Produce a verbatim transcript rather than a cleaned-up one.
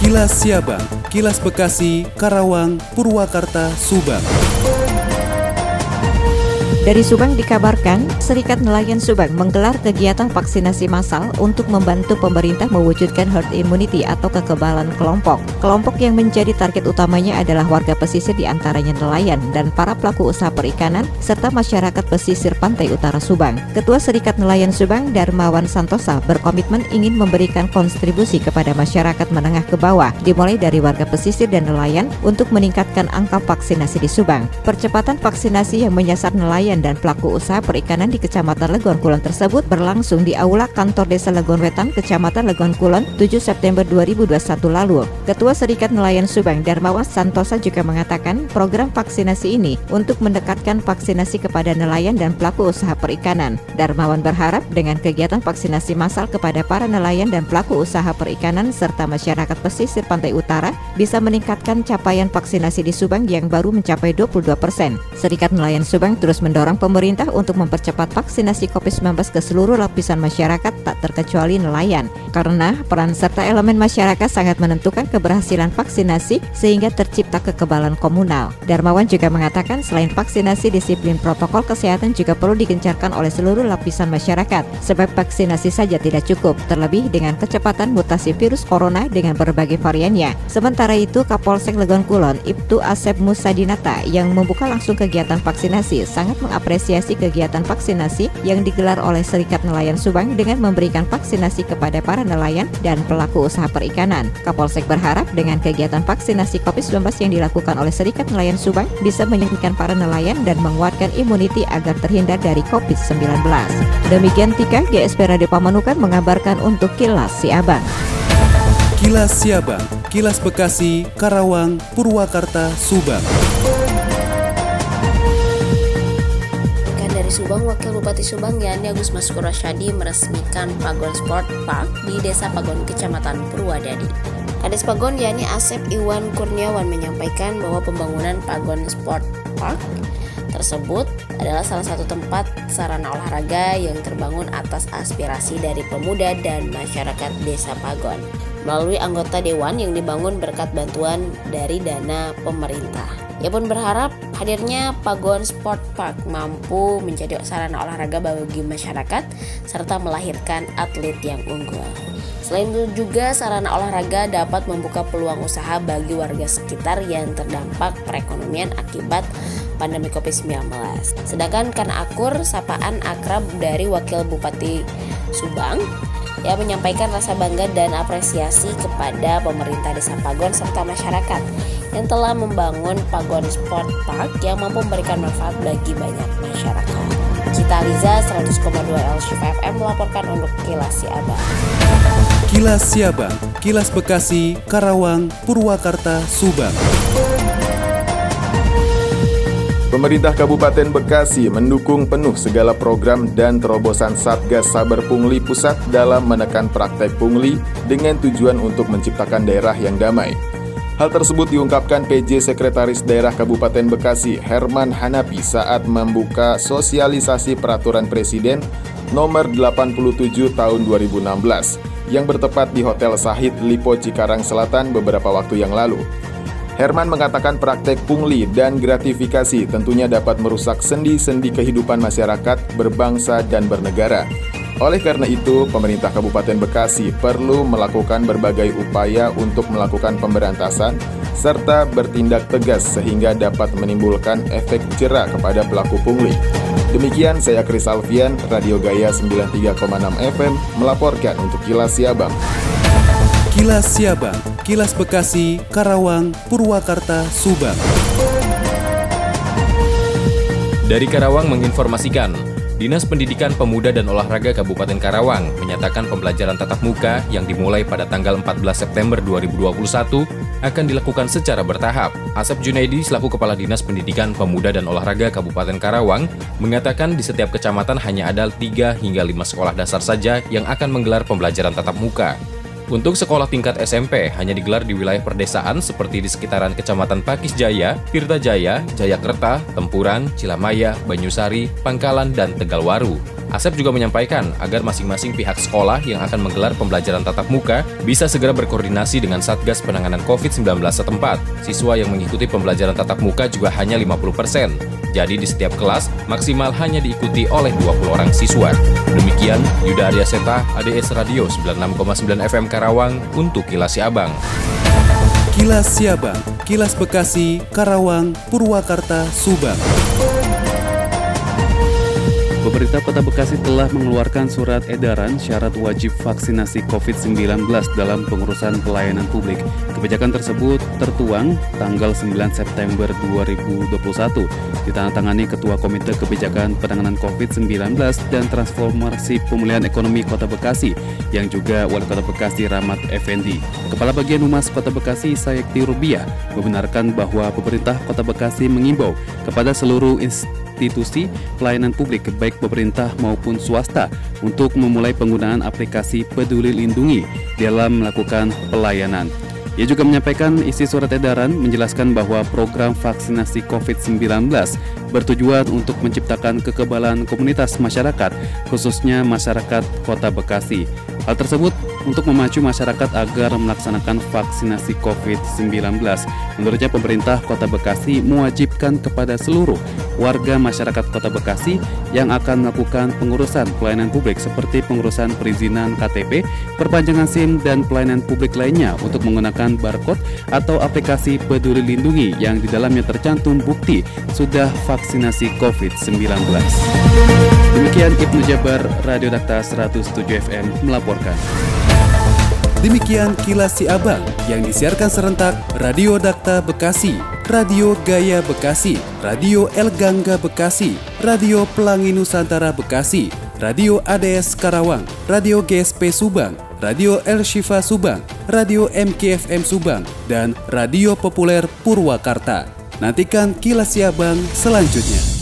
Kilas Siabang, Kilas Bekasi, Karawang, Purwakarta, Subang. Dari Subang dikabarkan, Serikat Nelayan Subang menggelar kegiatan vaksinasi massal untuk membantu pemerintah mewujudkan herd immunity atau kekebalan kelompok. Kelompok yang menjadi target utamanya adalah warga pesisir di antaranya nelayan dan para pelaku usaha perikanan serta masyarakat pesisir pantai utara Subang. Ketua Serikat Nelayan Subang, Darmawan Santosa, berkomitmen ingin memberikan kontribusi kepada masyarakat menengah ke bawah, dimulai dari warga pesisir dan nelayan untuk meningkatkan angka vaksinasi di Subang. Percepatan vaksinasi yang menyasar nelayan dan pelaku usaha perikanan di Kecamatan Legon Kulon tersebut berlangsung di Aula Kantor Desa Legon Wetan, Kecamatan Legon Kulon, tujuh September dua ribu dua puluh satu lalu. Ketua Serikat Nelayan Subang, Darmawan Santosa, juga mengatakan program vaksinasi ini untuk mendekatkan vaksinasi kepada nelayan dan pelaku usaha perikanan. Darmawan berharap dengan kegiatan vaksinasi massal kepada para nelayan dan pelaku usaha perikanan serta masyarakat pesisir pantai utara bisa meningkatkan capaian vaksinasi di Subang yang baru mencapai dua puluh dua persen. Serikat Nelayan Subang terus mendorong Dorong pemerintah untuk mempercepat vaksinasi covid sembilan belas ke seluruh lapisan masyarakat tak terkecuali nelayan, karena peran serta elemen masyarakat sangat menentukan keberhasilan vaksinasi sehingga tercipta kekebalan komunal. Darmawan juga mengatakan selain vaksinasi, disiplin protokol kesehatan juga perlu digencarkan oleh seluruh lapisan masyarakat, sebab vaksinasi saja tidak cukup, terlebih dengan kecepatan mutasi virus corona dengan berbagai variannya. Sementara itu, Kapolsek Legon Kulon, Ibtu Asep Musadinata, yang membuka langsung kegiatan vaksinasi, sangat mengapresiasi kegiatan vaksinasi yang digelar oleh Serikat Nelayan Subang dengan memberikan vaksinasi kepada para nelayan dan pelaku usaha perikanan. Kapolsek berharap dengan kegiatan vaksinasi covid sembilan belas yang dilakukan oleh Serikat Nelayan Subang bisa menyembuhkan para nelayan dan menguatkan imuniti agar terhindar dari covid sembilan belas. Demikian Tika, G S P Radio Pamanukan mengabarkan untuk Kilas Siabang. Kilas Siabang, Kilas Bekasi, Karawang, Purwakarta, Subang. Subang, Wakil Bupati Subang Yani Agus Maskur Rasyadi meresmikan Pagon Sport Park di Desa Pagon, Kecamatan Purwadadi. Kades Pagon Yani Asep Iwan Kurniawan menyampaikan bahwa pembangunan Pagon Sport Park tersebut adalah salah satu tempat sarana olahraga yang terbangun atas aspirasi dari pemuda dan masyarakat Desa Pagon melalui anggota dewan yang dibangun berkat bantuan dari dana pemerintah. Ia pun berharap hadirnya Pagon Sport Park mampu menjadi sarana olahraga bagi masyarakat serta melahirkan atlet yang unggul. Selain itu juga sarana olahraga dapat membuka peluang usaha bagi warga sekitar yang terdampak perekonomian akibat pandemi covid sembilan belas. Sedangkan Kanakur, sapaan akrab dari Wakil Bupati Subang, ia menyampaikan rasa bangga dan apresiasi kepada pemerintah Desa Pagon serta masyarakat yang telah membangun Pagon Sport Park yang mampu memberikan manfaat bagi banyak masyarakat. Cita Liza seratus koma dua L Shifa F M melaporkan untuk Kilas Siabang. Kilas Siabang, Kilas Bekasi, Karawang, Purwakarta, Subang. Pemerintah Kabupaten Bekasi mendukung penuh segala program dan terobosan Satgas Saber Pungli Pusat dalam menekan praktek pungli dengan tujuan untuk menciptakan daerah yang damai. Hal tersebut diungkapkan P J Sekretaris Daerah Kabupaten Bekasi, Herman Hanapi, saat membuka sosialisasi Peraturan Presiden Nomor delapan puluh tujuh Tahun dua ribu enam belas yang bertepat di Hotel Sahid Lipo Cikarang Selatan beberapa waktu yang lalu. Herman mengatakan praktek pungli dan gratifikasi tentunya dapat merusak sendi-sendi kehidupan masyarakat, berbangsa, dan bernegara. Oleh karena itu, pemerintah Kabupaten Bekasi perlu melakukan berbagai upaya untuk melakukan pemberantasan serta bertindak tegas sehingga dapat menimbulkan efek jera kepada pelaku pungli. Demikian saya Kris Alfian, Radio Gaya sembilan puluh tiga koma enam F M melaporkan untuk Kilas Siabang. Kilas Siabang, Kilas Bekasi, Karawang, Purwakarta, Subang. Dari Karawang menginformasikan, Dinas Pendidikan Pemuda dan Olahraga Kabupaten Karawang menyatakan pembelajaran tatap muka yang dimulai pada tanggal empat belas September dua ribu dua puluh satu akan dilakukan secara bertahap. Asep Junaidi selaku Kepala Dinas Pendidikan Pemuda dan Olahraga Kabupaten Karawang mengatakan di setiap kecamatan hanya ada tiga hingga lima sekolah dasar saja yang akan menggelar pembelajaran tatap muka. Untuk sekolah tingkat S M P hanya digelar di wilayah perdesaan seperti di sekitaran Kecamatan Pakis Jaya, Tirta Jaya, Jayakerta, Tempuran, Cilamaya, Banyusari, Pangkalan, dan Tegalwaru. Asep juga menyampaikan agar masing-masing pihak sekolah yang akan menggelar pembelajaran tatap muka bisa segera berkoordinasi dengan Satgas Penanganan covid sembilan belas setempat. Siswa yang mengikuti pembelajaran tatap muka juga hanya lima puluh persen. Jadi di setiap kelas maksimal hanya diikuti oleh dua puluh orang siswa. Demikian Yuda Arya Seta, A D S Radio sembilan puluh enam koma sembilan F M Karawang untuk Kilas Siabang. Kilas Siabang, Kilas Bekasi, Karawang, Purwakarta, Subang. Pemerintah Kota Bekasi telah mengeluarkan surat edaran syarat wajib vaksinasi covid sembilan belas dalam pengurusan pelayanan publik. Kebijakan tersebut tertuang tanggal sembilan September dua ribu dua puluh satu, ditandatangani Ketua Komite Kebijakan Penanganan covid sembilan belas dan Transformasi Pemulihan Ekonomi Kota Bekasi, yang juga Wali Kota Bekasi Rahmat Effendi. Kepala Bagian Humas Kota Bekasi Sayekti Rubiah membenarkan bahwa pemerintah Kota Bekasi mengimbau kepada seluruh institusi institusi pelayanan publik baik pemerintah maupun swasta untuk memulai penggunaan aplikasi Peduli Lindungi dalam melakukan pelayanan. Ia juga menyampaikan isi surat edaran menjelaskan bahwa program vaksinasi covid sembilan belas bertujuan untuk menciptakan kekebalan komunitas masyarakat, khususnya masyarakat Kota Bekasi. Hal tersebut untuk memacu masyarakat agar melaksanakan vaksinasi covid sembilan belas. Menurutnya pemerintah Kota Bekasi mewajibkan kepada seluruh warga masyarakat Kota Bekasi yang akan melakukan pengurusan pelayanan publik seperti pengurusan perizinan K T P, perpanjangan SIM, dan pelayanan publik lainnya untuk menggunakan barcode atau aplikasi Peduli Lindungi yang di dalamnya tercantum bukti sudah vaksinasi covid sembilan belas. Demikian Ibnu Jabar, Radio Dakta seratus tujuh F M melaporkan. Demikian Kilas Siabang yang disiarkan serentak Radio Dakta Bekasi, Radio Gaya Bekasi, Radio El Gangga Bekasi, Radio Pelangi Nusantara Bekasi, Radio A D S Karawang, Radio G S P Subang, Radio El Shifa Subang, Radio M K F M Subang, dan Radio Populer Purwakarta. Nantikan Kilas Siabang selanjutnya.